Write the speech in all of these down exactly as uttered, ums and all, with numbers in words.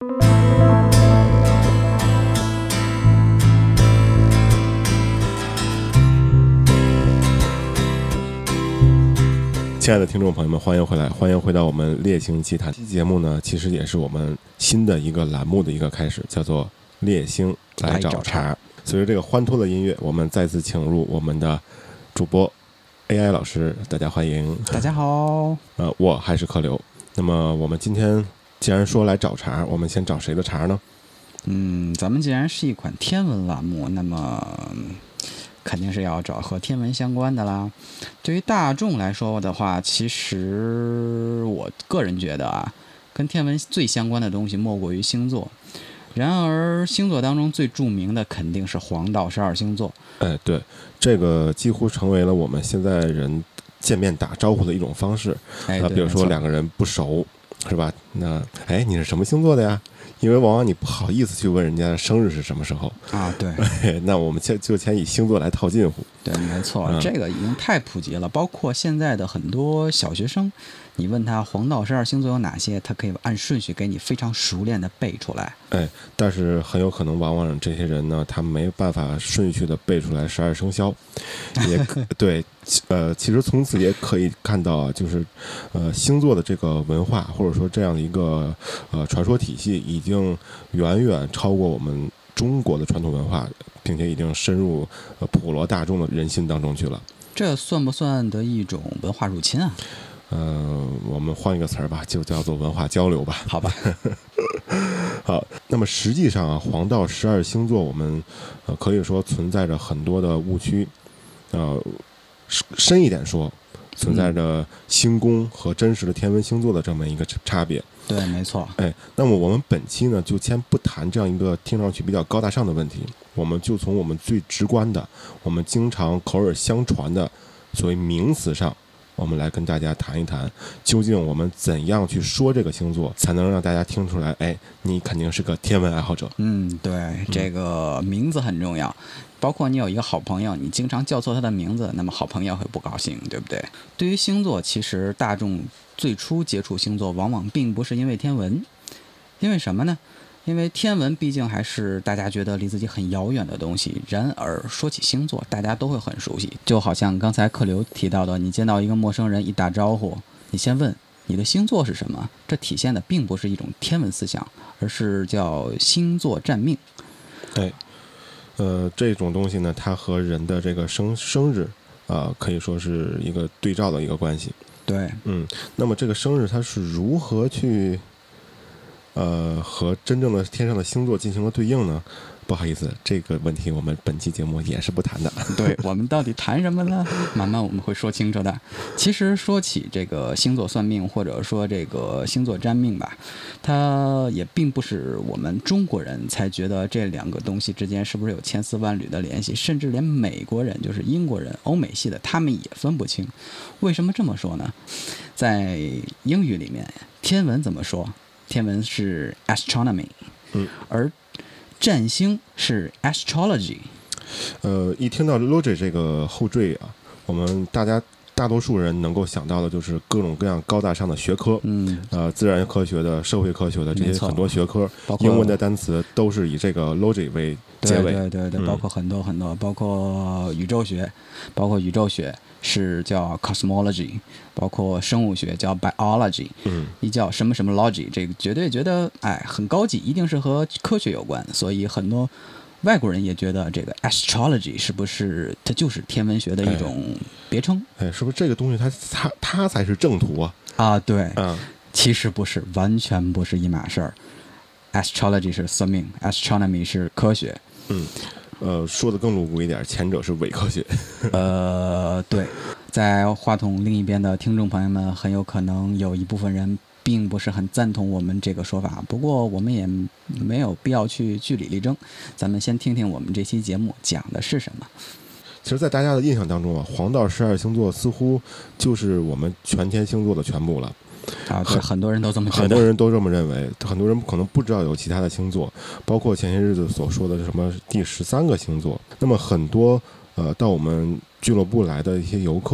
亲爱的听众朋友们，欢迎回来，欢迎回到我们猎星奇谈。这期节目呢，其实也是我们新的一个栏目的一个开始，叫做猎星来找茬。随着这个欢脱的音乐，我们再次请入我们的主播 A I 老师，大家欢迎。 大家好。 呃，我还是柯流。那么我们今天既然说来找茬，我们先找谁的茬呢？ 嗯，咱们既然是一款天文栏目，那么肯定是要找和天文相关的啦。对于大众来说的话，其实我个人觉得啊，跟天文最相关的东西莫过于星座。然而星座当中最著名的肯定是黄道十二星座。 哎，对，这个几乎成为了我们现在人见面打招呼的一种方式。 哎， 呃，比如说两个人不熟，是吧？那哎，你是什么星座的呀？因为往往你不好意思去问人家生日是什么时候啊，对， 那我们先就先以星座来套近乎。 对，没错， 嗯、 这个已经太普及了，包括现在的很多小学生，你问他黄道十二星座有哪些，他可以按顺序给你非常熟练的背出来。 哎，但是很有可能，往往这些人呢，他没办法顺序的背出来十二生肖，也对，呃，其实从此也可以看到，就是呃，星座的这个文化，或者说这样的一个呃传说体系，已经远远超过我们中国的传统文化，并且已经深入呃普罗大众的人心当中去了。 这算不算得一种文化入侵啊？ 呃，我们换一个词儿吧，就叫做文化交流吧。 好吧。 好，那么实际上啊，黄道十二星座，我们呃可以说存在着很多的误区。呃，深一点说，存在着星宫和真实的天文星座的这么一个差别。 对，没错。 哎，那么我们本期呢，就先不谈这样一个听上去比较高大上的问题，我们就从我们最直观的，我们经常口耳相传的所谓名词上，我们来跟大家谈一谈，究竟我们怎样去说这个星座，才能让大家听出来，哎，你肯定是个天文爱好者。 嗯，对，这个名字很重要。包括你有一个好朋友，你经常叫错他的名字，那么好朋友会不高兴，对不对？对于星座，其实大众最初接触星座往往并不是因为天文，因为什么呢？因为天文毕竟还是大家觉得离自己很遥远的东西，然而说起星座，大家都会很熟悉。就好像刚才克流提到的，你见到一个陌生人一打招呼，你先问你的星座是什么，这体现的并不是一种天文思想，而是叫星座占命。 对。呃，这种东西呢，它和人的这个生生日啊、呃，可以说是一个对照的一个关系。 对， 嗯，那么这个生日它是如何去呃和真正的天上的星座进行了对应呢？不好意思，这个问题我们本期节目也是不谈的。 对，我们到底谈什么呢？慢慢我们会说清楚的。其实说起这个星座算命，或者说这个星座占命吧，它也并不是我们中国人才觉得这两个东西之间是不是有千丝万缕的联系，甚至连美国人，就是英国人、欧美系的，他们也分不清。为什么这么说呢？在英语里面，天文怎么说？天文是 astronomy， 嗯， 而占星是 astrology。 呃，一听到 logic 这个后缀啊，我们大家大多数人能够想到的就是各种各样高大上的学科， 嗯， 呃，自然科学的、社会科学的这些很多学科，英文的单词都是以这个 logic 为结尾。 对对对对， 嗯、 包括很多很多，包括宇宙学，包括宇宙学是叫 cosmology， 包括生物学叫 biology， 嗯， 一叫什么什么 logy， 这个绝对觉得哎很高级，一定是和科学有关，所以很多外国人也觉得这个 astrology 是不是它就是天文学的一种别称？ 哎，哎是不是这个东西它它它才是正途啊？ 啊，对， 嗯， 其实不是，完全不是一码事儿。astrology 是算命 ，astronomy 是科学。 嗯，呃，说的更露骨一点，前者是伪科学。 呃，对，在话筒另一边的听众朋友们，很有可能有一部分人并不是很赞同我们这个说法，不过我们也没有必要去据理力争，咱们先听听我们这期节目讲的是什么。 其实在大家的印象当中啊，黄道十二星座似乎就是我们全天星座的全部了。 啊，对，很多人都这么觉得， 很多人都这么认为，很多人可能不知道有其他的星座，包括前些日子所说的什么第十三个星座。那么很多呃到我们俱乐部来的一些游客，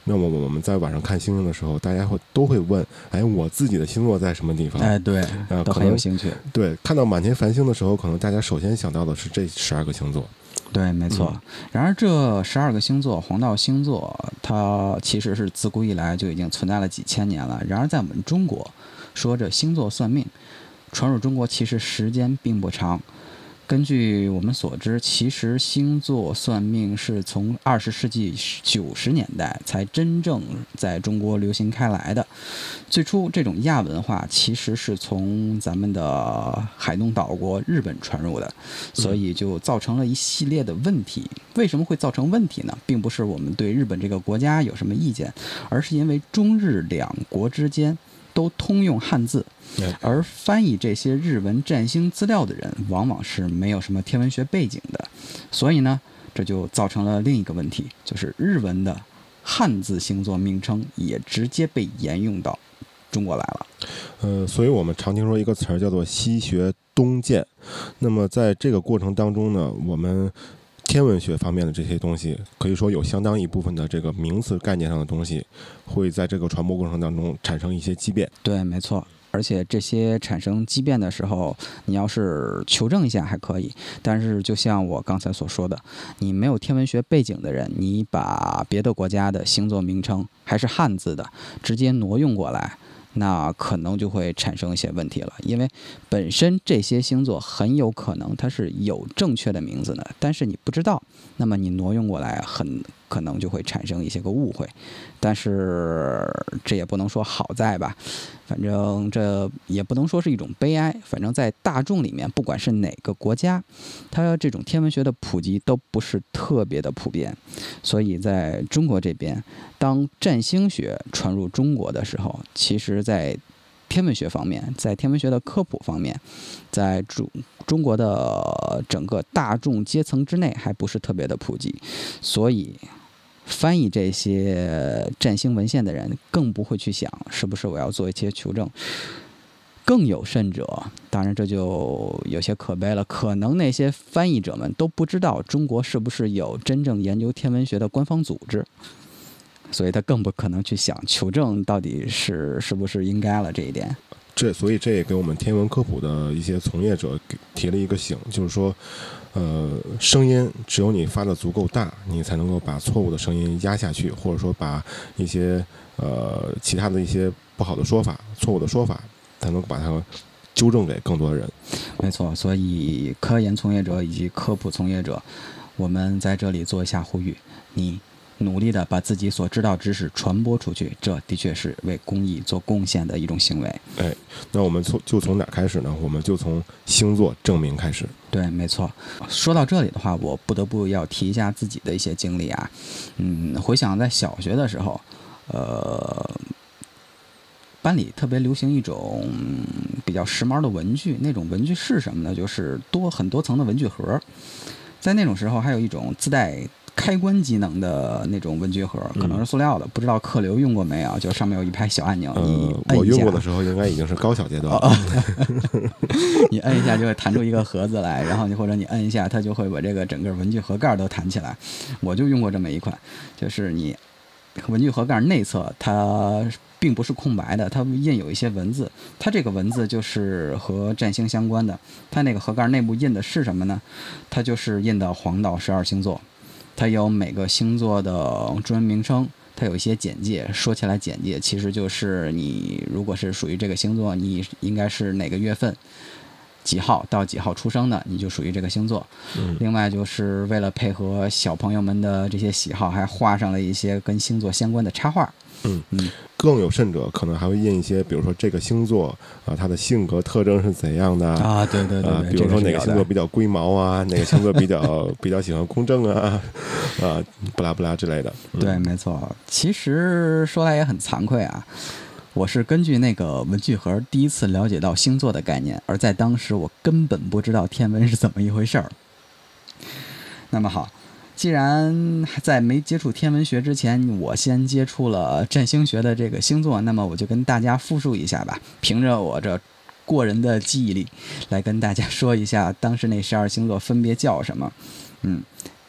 那么我们在晚上看星星的时候，大家会都会问，哎，我自己的星座在什么地方？ 哎，对， 呃、 都很有兴趣。 对，看到满天繁星的时候，可能大家首先想到的是这十二个星座。 对，没错。 嗯、 然而，这十二个星座，黄道星座，它其实是自古以来就已经存在了几千年了。然而，在我们中国，说这星座算命传入中国，其实时间并不长。根据我们所知，其实星座算命是从二十世纪九十年代才真正在中国流行开来的。最初这种亚文化其实是从咱们的海东岛国日本传入的，所以就造成了一系列的问题。为什么会造成问题呢？并不是我们对日本这个国家有什么意见，而是因为中日两国之间都通用汉字，而翻译这些日文占星资料的人往往是没有什么天文学背景的，所以呢，这就造成了另一个问题，就是日文的汉字星座名称也直接被沿用到中国来了。 呃，所以我们常听说一个词儿叫做西学东渐。那么在这个过程当中呢，我们天文学方面的这些东西，可以说有相当一部分的这个名词概念上的东西，会在这个传播过程当中产生一些畸变。 对，没错。而且这些产生畸变的时候，你要是求证一下还可以，但是就像我刚才所说的，你没有天文学背景的人，你把别的国家的星座名称还是汉字的直接挪用过来，那可能就会产生一些问题了。因为本身这些星座很有可能它是有正确的名字的，但是你不知道，那么你挪用过来很可能就会产生一些个误会。但是这也不能说好在吧，反正这也不能说是一种悲哀。反正在大众里面，不管是哪个国家，它这种天文学的普及都不是特别的普遍。所以在中国这边，当占星学传入中国的时候，其实在天文学方面，在天文学的科普方面，在中中国的整个大众阶层之内还不是特别的普及，所以翻译这些占星文献的人更不会去想是不是我要做一些求证。更有甚者，当然这就有些可悲了，可能那些翻译者们都不知道中国是不是有真正研究天文学的官方组织，所以他更不可能去想求证到底是是不是应该了这一点。 这所以这也给我们天文科普的一些从业者提了一个醒，就是说呃，声音只有你发的足够大，你才能够把错误的声音压下去，或者说把一些呃其他的一些不好的说法、错误的说法，才能把它纠正给更多的人。 没错，所以科研从业者以及科普从业者，我们在这里做一下呼吁，你努力的把自己所知道知识传播出去，这的确是为公益做贡献的一种行为。 哎，那我们从就从哪开始呢？我们就从星座证明开始。 对，没错。说到这里的话，我不得不要提一下自己的一些经历啊。嗯，回想在小学的时候，呃，班里特别流行一种比较时髦的文具，那种文具是什么呢？就是多很多层的文具盒。在那种时候，还有一种自带开关机能的那种文具盒，可能是塑料的，嗯、不知道客流用过没有？就上面有一排小按钮， 呃、 你摁一下。 我用过的时候应该已经是高小阶段了。哦、 你摁一下就会弹出一个盒子来，然后你或者你摁一下，它就会把这个整个文具盒盖都弹起来。我就用过这么一款，就是你文具盒盖内侧它并不是空白的，它印有一些文字，它这个文字就是和占星相关的。它那个盒盖内部印的是什么呢？它就是印的黄道十二星座。它有每个星座的中文名称，它有一些简介。说起来简介，其实就是你如果是属于这个星座，你应该是哪个月份几号到几号出生的，你就属于这个星座。 嗯、 另外就是为了配合小朋友们的这些喜好，还画上了一些跟星座相关的插画。 嗯嗯，更有甚者，可能还会印一些，比如说这个星座啊，它的性格特征是怎样的啊？对对对对， 啊，比如说哪个星座比较龟毛啊，哪个星座比较比较喜欢公正啊，啊，不拉不拉之类的。 嗯、对，没错。其实说来也很惭愧啊，我是根据那个文具盒第一次了解到星座的概念，而在当时我根本不知道天文是怎么一回事儿。那么好。既然在没接触天文学之前，我先接触了占星学的这个星座，那么我就跟大家复述一下吧。凭着我这过人的记忆力，来跟大家说一下当时那十二星座分别叫什么。嗯，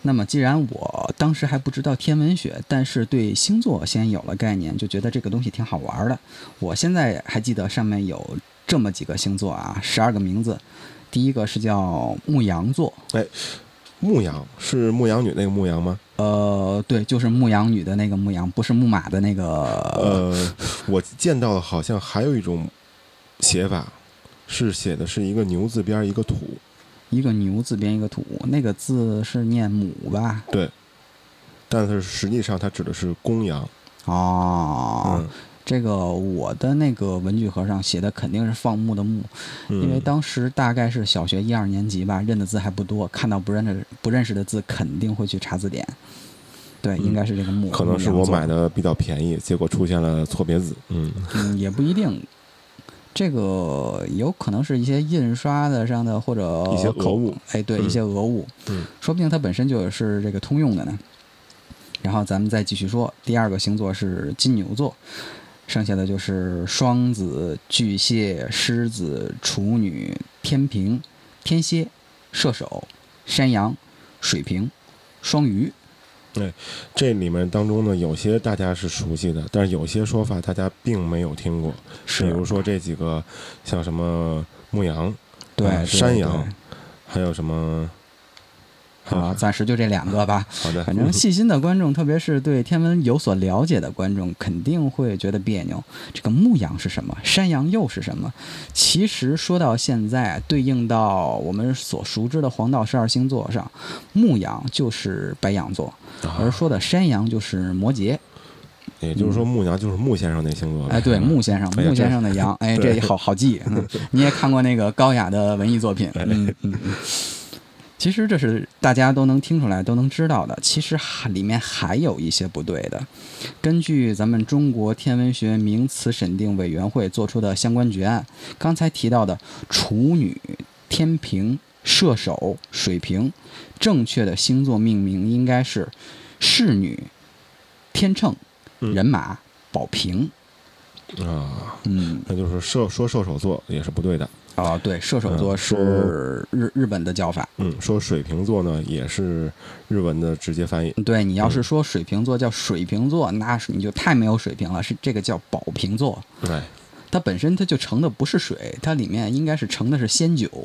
那么既然我当时还不知道天文学，但是对星座先有了概念，就觉得这个东西挺好玩的。我现在还记得上面有这么几个星座啊，十二个名字。第一个是叫牧羊座。 哎，牧羊是牧羊女那个牧羊吗？ 呃，对，就是牧羊女的那个牧羊，不是木马的那个。 呃，我见到的好像还有一种写法，是写的是一个牛字边一个土， 一个牛字边一个土，那个字是念母吧？ 对，但是实际上它指的是公羊。 哦。 嗯， 这个我的那个文具盒上写的肯定是放牧的牧， 嗯、 因为当时大概是小学一二年级吧，认的字还不多，看到不认识不认识的字肯定会去查字典。对，应该是这个牧。 可能是我买的比较便宜，结果出现了错别字。嗯嗯，也不一定。这个有可能是一些印刷的上的或者一些讹误， 哎，对， 嗯、 一些讹误， 嗯， 说不定它本身就是这个通用的呢。然后咱们再继续说，第二个星座是金牛座。剩下的就是双子、巨蟹、狮子、处女、天平、天蝎、射手、山羊、水瓶、双鱼。 对，这里面当中呢，有些大家是熟悉的，但是有些说法大家并没有听过。比如说这几个，像什么牧羊、 对、 呃、山羊， 对对还有什么？ 啊，暂时就这两个吧。 好的， 反正细心的观众，特别是对天文有所了解的观众，肯定会觉得别扭。这个牧羊是什么？山羊又是什么？其实说到现在，对应到我们所熟知的黄道十二星座上，牧羊就是白羊座，而说的山羊就是摩羯。 也就是说，牧羊就是穆先生那星座。 哎，对，穆先生，穆先生的羊，哎，这好好记。嗯，你也看过那个高雅的文艺作品。嗯嗯嗯。其实这是大家都能听出来、都能知道的。其实里面还有一些不对的。根据咱们中国天文学名词审定委员会做出的相关决案，刚才提到的处女、天平、射手、水瓶，正确的星座命名应该是侍女、天秤、人马、宝瓶。 啊， 嗯， 那就是射说射手座也是不对的。 哦，对，射手座是日、嗯、日本的叫法。 嗯，说水瓶座呢也是日文的直接翻译。 对，你要是说水瓶座叫水瓶座，嗯、那你就太没有水平了。是这个叫宝瓶座。 对， 它本身它就盛的不是水，它里面应该是盛的是仙酒。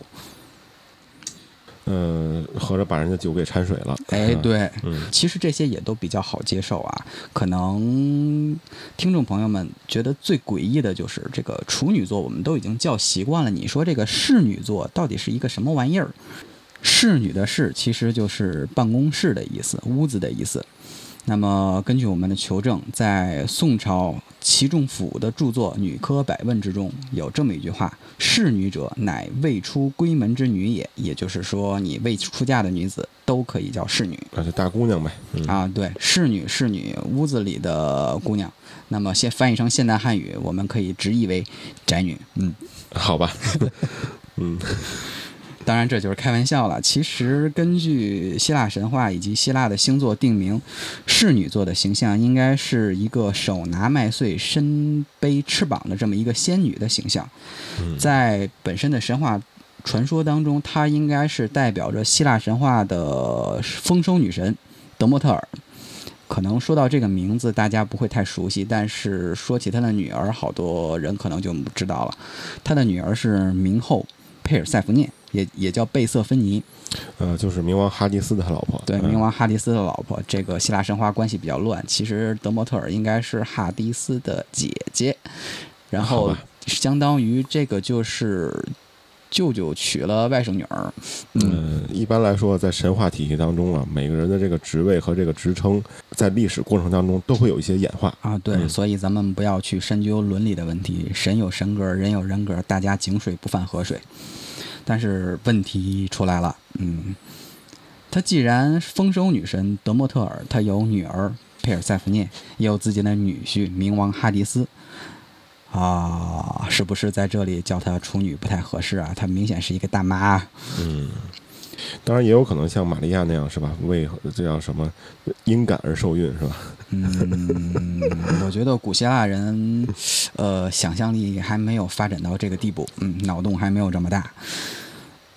嗯，合着把人家酒给掺水了。 哎，对， 嗯， 其实这些也都比较好接受啊。可能听众朋友们觉得最诡异的就是这个处女座，我们都已经叫习惯了。你说这个侍女座到底是一个什么玩意儿？侍女的侍其实就是办公室的意思，屋子的意思。那么根据我们的求证，在宋朝齐仲甫的著作《女科百问》之中有这么一句话：侍女者，乃未出闺门之女也。也就是说，你未出嫁的女子都可以叫侍女。 啊，就大姑娘呗。嗯、 啊，对，侍女，侍女，屋子里的姑娘。那么现翻译成现代汉语，我们可以直译为宅女。嗯， 好吧。嗯。 当然，这就是开玩笑了。其实，根据希腊神话以及希腊的星座定名，侍女座的形象应该是一个手拿麦穗、身背翅膀的这么一个仙女的形象。在本身的神话传说当中，她应该是代表着希腊神话的丰收女神德莫特尔。可能说到这个名字，大家不会太熟悉，但是说起她的女儿，好多人可能就知道了。她的女儿是冥后佩尔塞福涅。也也叫贝瑟芬妮， 呃，就是冥王哈迪斯的老婆。 对，冥王哈迪斯的老婆。这个希腊神话关系比较乱，其实德莫特尔应该是哈迪斯的姐姐，然后相当于这个就是舅舅娶了外甥女儿。 嗯，一般来说，在神话体系当中啊，每个人的这个职位和这个职称，在历史过程当中都会有一些演化啊。对，嗯、所以咱们不要去深究伦理的问题，神有神格，人有人格，大家井水不犯河水。但是问题出来了，嗯，她既然丰收女神德莫特尔，她有女儿佩尔塞福涅，也有自己的女婿冥王哈迪斯，啊，是不是在这里叫她处女不太合适啊？她明显是一个大妈。 嗯，当然也有可能像玛利亚那样，是吧？为这叫什么因感而受孕，是吧？ 嗯，我觉得古希腊人，呃，想象力还没有发展到这个地步，嗯，脑洞还没有这么大。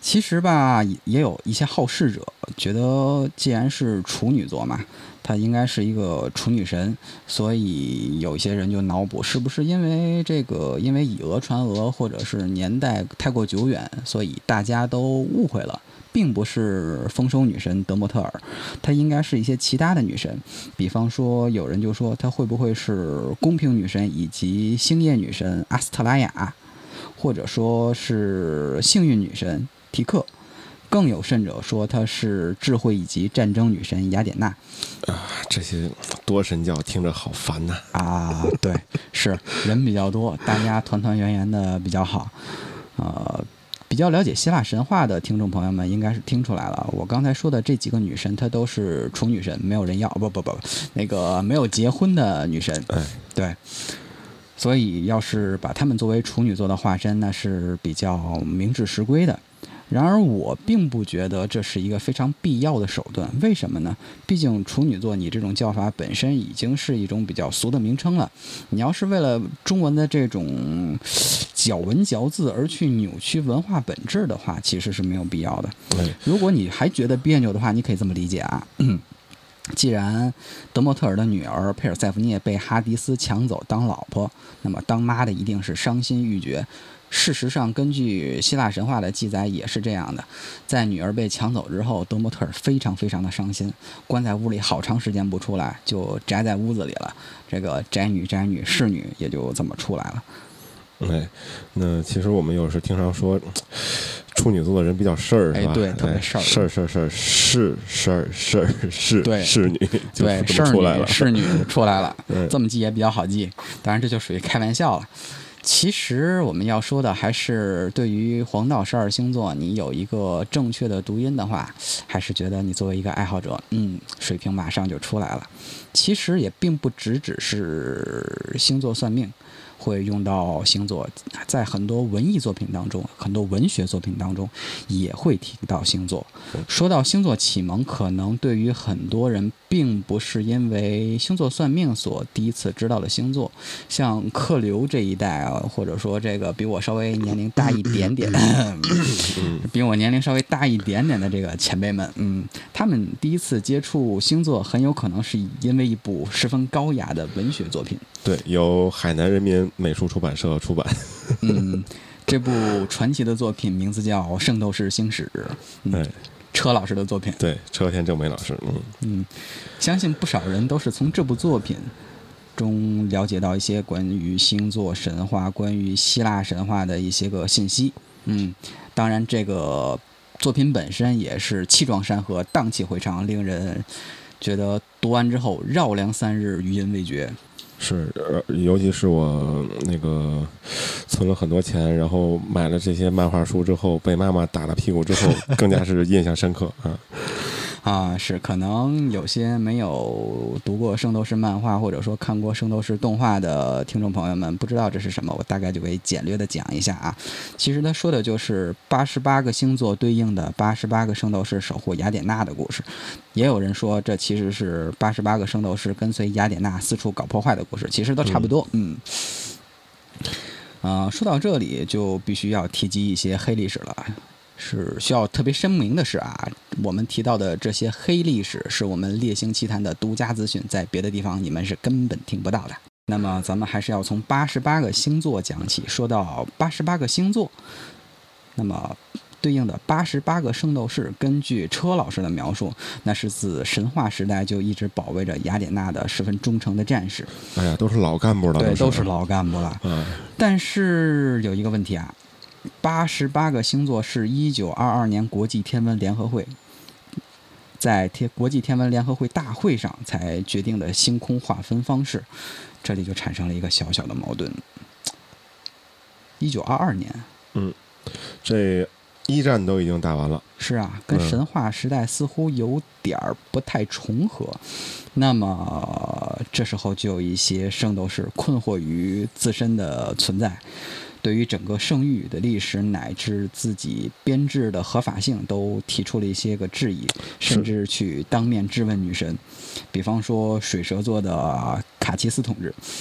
其实吧，也有一些好事者觉得，既然是处女座嘛，她应该是一个处女神，所以有些人就脑补，是不是因为这个，因为以讹传讹，或者是年代太过久远，所以大家都误会了，并不是丰收女神德莫特尔，她应该是一些其他的女神，比方说有人就说她会不会是公平女神以及星夜女神阿斯特拉雅，或者说是幸运女神提克，更有甚者说她是智慧以及战争女神雅典娜。 啊，这些多神教听着好烦呐！ 啊，对，是人比较多，大家团团圆圆的比较好。呃，比较了解希腊神话的听众朋友们应该是听出来了，我刚才说的这几个女神，她都是处女神，没有人要，不不不，那个没有结婚的女神。 哎， 对。所以，要是把她们作为处女座的化身，那是比较明智实归的。然而，我并不觉得这是一个非常必要的手段。为什么呢？毕竟处女座，你这种叫法本身已经是一种比较俗的名称了。你要是为了中文的这种矫文嚼字而去扭曲文化本质的话，其实是没有必要的。如果你还觉得别扭的话，你可以这么理解啊。嗯既然德莫特尔的女儿佩尔塞福涅被哈迪斯抢走当老婆，那么当妈的一定是伤心欲绝。事实上，根据希腊神话的记载也是这样的，在女儿被抢走之后，德莫特尔非常非常的伤心，关在屋里好长时间不出来，就宅在屋子里了。这个宅女宅女侍女也就这么出来了。 哎，那其实我们有时经常说，处女座的人比较事儿，是吧？ 哎，对，特别事儿， 事儿事儿事儿是事儿事儿是对侍女，就对， 这么出来了， 侍女出来了， 嗯这么记也比较好记。当然，这就属于开玩笑了。其实我们要说的还是，对于黄道十二星座，你有一个正确的读音的话，还是觉得你作为一个爱好者，嗯，水平马上就出来了。其实也并不只只是星座算命会用到星座，在很多文艺作品当中，很多文学作品当中也会提到星座。说到星座启蒙，可能对于很多人并不是因为星座算命所第一次知道的星座，像客流这一代啊，或者说这个比我稍微年龄大一点点，比我年龄稍微大一点点的这个前辈们，嗯，他们第一次接触星座，很有可能是因为一部十分高雅的文学作品。 对，由海南人民美术出版社出版。 嗯，这部传奇的作品名字叫《圣斗士星矢》，嗯， 哎， 车老师的作品。 对，车田正美老师。嗯嗯，相信不少人都是从这部作品中了解到一些关于星座神话、关于希腊神话的一些个信息。嗯，当然，这个作品本身也是气壮山河、荡气回肠，令人觉得读完之后绕梁三日，余音未绝。 是，呃，尤其是我那个存了很多钱，然后买了这些漫画书之后，被妈妈打了屁股之后，更加是印象深刻啊。 啊，是，可能有些没有读过《圣斗士》漫画，或者说看过《圣斗士》动画的听众朋友们，不知道这是什么，我大概就给简略的讲一下啊。其实他说的就是八十八个星座对应的八十八个圣斗士守护雅典娜的故事。也有人说这其实是八十八个圣斗士跟随雅典娜四处搞破坏的故事，其实都差不多。嗯。啊、呃，说到这里就必须要提及一些黑历史了。是需要特别声明的是啊，我们提到的这些黑历史是我们猎星奇谈的独家资讯，在别的地方你们是根本听不到的。那么咱们还是要从八十八个星座讲起。说到八十八个星座，那么对应的八十八个圣斗士，根据车老师的描述，那是自神话时代就一直保卫着雅典娜的十分忠诚的战士。 哎呀，都是老干部了， 对，都是老干部了。 嗯， 但是有一个问题啊。八十八个星座是一九二二年国际天文联合会在天国际天文联合会大会上才决定的星空划分方式，这里就产生了一个小小的矛盾。一九二二年， 嗯，这一战都已经打完了， 是啊，跟神话时代似乎有点儿不太重合。嗯、那么这时候就有一些圣斗士困惑于自身的存在。对于整个圣域的历史乃至自己编制的合法性都提出了一些个质疑，甚至去当面质问女神。比方说水蛇座的卡奇斯同志，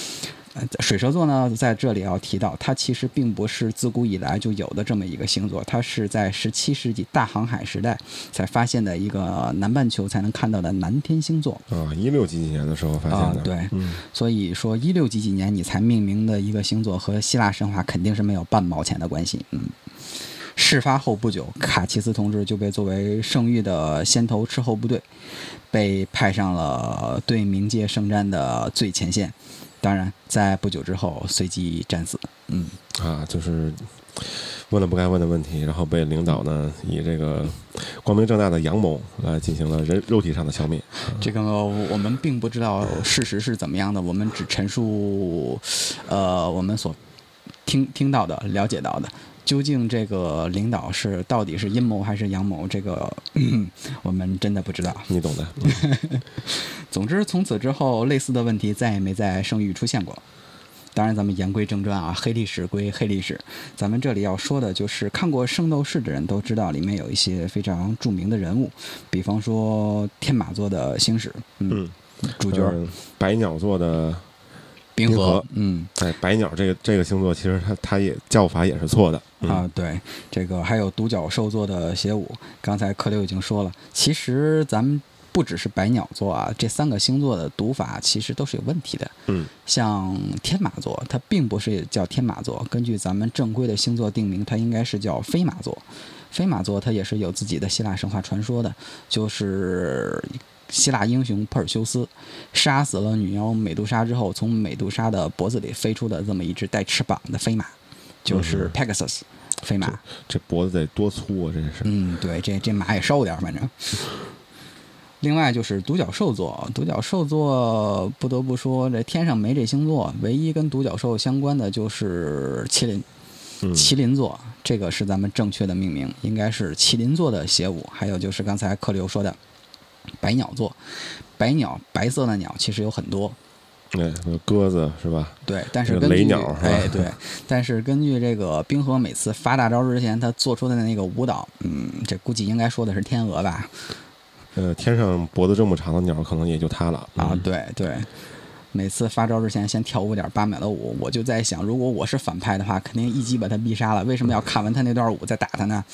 水蛇座呢，在这里要提到，它其实并不是自古以来就有的这么一个星座，它是在十七世纪大航海时代才发现的一个南半球才能看到的南天星座啊，一六几几年的时候发现的。 啊，对， 嗯， 所以说一六几几年你才命名的一个星座，和希腊神话肯定是没有半毛钱的关系。嗯，事发后不久，卡奇斯同志就被作为圣域的先头斥候部队，被派上了对冥界圣战的最前线。当然，在不久之后随即战死。嗯， 啊，就是问了不该问的问题，然后被领导呢以这个光明正大的阳谋来进行了人肉体上的消灭。 这个我们并不知道事实是怎么样的，我们只陈述，呃，我们所听听到的、了解到的。究竟这个领导是到底是阴谋还是阳谋，这个、嗯、我们真的不知道。 你懂的。 总之，从此之后，类似的问题再也没在圣域出现过。当然，咱们言归正传啊，黑历史归黑历史。咱们这里要说的就是，看过《圣斗士》的人都知道，里面有一些非常著名的人物，比方说天马座的星矢，嗯，嗯主角、 呃、白鸟座的冰河， 冰河嗯， 哎，白鸟这个这个星座，其实它它也叫法也是错的、嗯、 啊。对，这个还有独角兽座的邪武，刚才克流已经说了，其实咱们不只是白鸟座啊，这三个星座的读法其实都是有问题的。 嗯， 像天马座，它并不是叫天马座，根据咱们正规的星座定名，它应该是叫飞马座。飞马座它也是有自己的希腊神话传说的，就是希腊英雄珀尔修斯杀死了女妖美杜莎之后，从美杜莎的脖子里飞出的这么一只带翅膀的飞马，就是 Pegasus、嗯、飞马。 这, 这脖子得多粗啊！这是。 嗯，对，这这马也瘦点，反正。另外就是独角兽座，独角兽座不得不说，这天上没这星座，唯一跟独角兽相关的就是麒麟。 嗯、 麒麟座，这个是咱们正确的命名，应该是麒麟座的邪武。还有就是刚才克流说的白鸟座，白鸟白色的鸟其实有很多， 对，鸽子是吧？ 对，但是根据雷鸟是吧？ 哎，对，但是根据这个冰河每次发大招之前他做出的那个舞蹈，嗯，这估计应该说的是天鹅吧？ 呃，天上脖子这么长的鸟，可能也就它了、嗯、 啊！对对，每次发招之前先跳舞点八秒的舞，我就在想，如果我是反派的话，肯定一击把他必杀了。为什么要看完他那段舞再打他呢？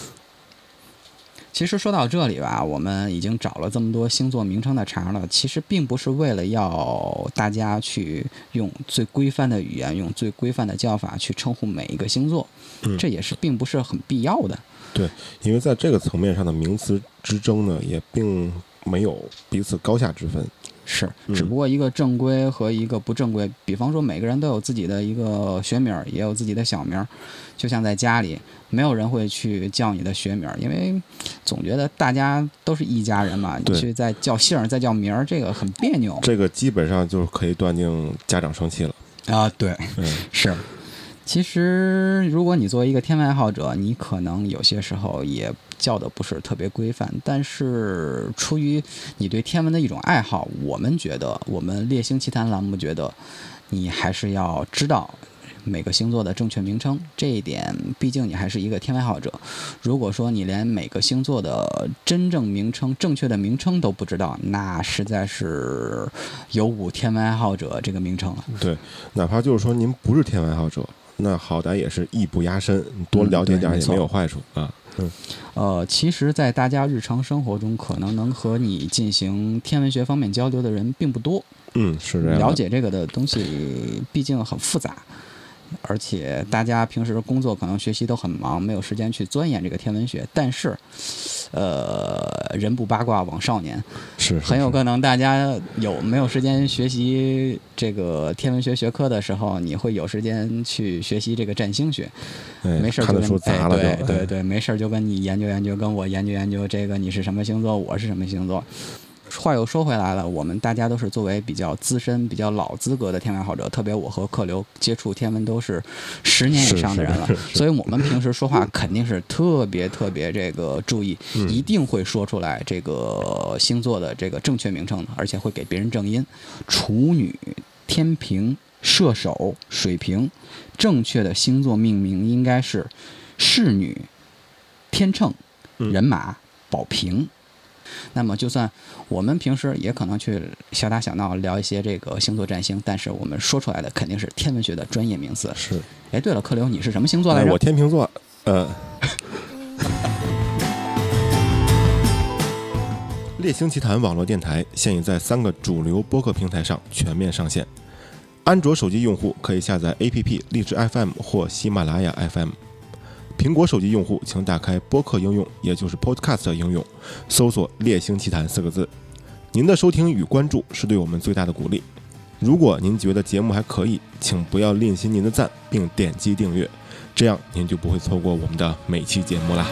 其实说到这里吧，我们已经找了这么多星座名称的茬了，其实并不是为了要大家去用最规范的语言、用最规范的叫法去称呼每一个星座， 嗯、 这也是并不是很必要的。 对，因为在这个层面上的名词之争呢，也并没有彼此高下之分。 是，只不过一个正规和一个不正规，嗯、比方说每个人都有自己的一个学名，也有自己的小名，就像在家里，没有人会去叫你的学名，因为总觉得大家都是一家人嘛，你去再叫姓再叫名，这个很别扭。 这个基本上就可以断定家长生气了啊！对， 嗯、 是。其实，如果你作为一个天文爱好者，你可能有些时候也叫的不是特别规范，但是出于你对天文的一种爱好，我们觉得，我们猎星奇谈栏目觉得，你还是要知道每个星座的正确名称。这一点，毕竟你还是一个天文爱好者。如果说你连每个星座的真正名称、正确的名称都不知道，那实在是有侮天文爱好者这个名称了。 对，哪怕就是说您不是天文爱好者，那好歹也是艺不压身，多了解点也没有坏处、嗯、啊。嗯， 呃，其实，在大家日常生活中，可能能和你进行天文学方面交流的人并不多。 嗯，是这样。 了解这个的东西，毕竟很复杂，而且大家平时工作可能学习都很忙，没有时间去钻研这个天文学。但是，呃，人不八卦枉少年， 是很有可能大家有没有时间学习这个天文学学科的时候，你会有时间去学习这个占星学。 哎、 没事就跟看的书杂了就、 哎、对对对，没事就跟你研究研究，跟我研究研究这个你是什么星座，我是什么星座。话又说回来了，我们大家都是作为比较资深、比较老资格的天文爱好者，特别我和克流接触天文都是十年以上的人了，所以我们平时说话肯定是特别特别这个注意， 嗯、 一定会说出来这个星座的这个正确名称的，而且会给别人正音。处女、天平、射手、水瓶，正确的星座命名应该是侍女、天秤、人马、宝瓶。 那么就算我们平时也可能去小打小闹聊一些这个星座占星，但是我们说出来的肯定是天文学的专业名词。 是。 哎，对了，克流，你是什么星座来着？ 呃、我天秤座。呃。猎星奇谈网络电台现已在三个主流播客平台上全面上线。安卓手机用户可以下载 A P P 荔枝 F M 或喜马拉雅 F M。苹果手机用户请打开播客应用，也就是 Podcast 应用，搜索猎星奇谈四个字。您的收听与关注是对我们最大的鼓励。如果您觉得节目还可以，请不要吝惜您的赞并点击订阅，这样您就不会错过我们的每期节目啦。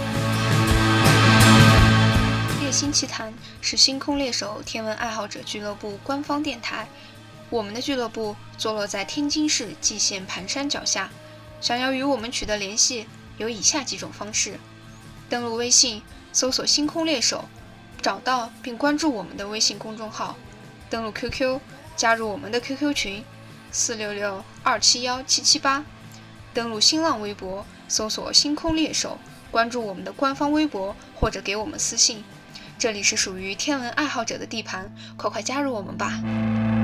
猎星奇谈是星空猎手天文爱好者俱乐部官方电台，我们的俱乐部坐落在天津市蓟县盘山脚下。想要与我们取得联系，有以下几种方式：登录微信，搜索星空猎手，找到并关注我们的微信公众号；登录 Q Q， 加入我们的 Q Q 群四六六二七一七七八；登录新浪微博，搜索星空猎手，关注我们的官方微博或者给我们私信。这里是属于天文爱好者的地盘，快快加入我们吧。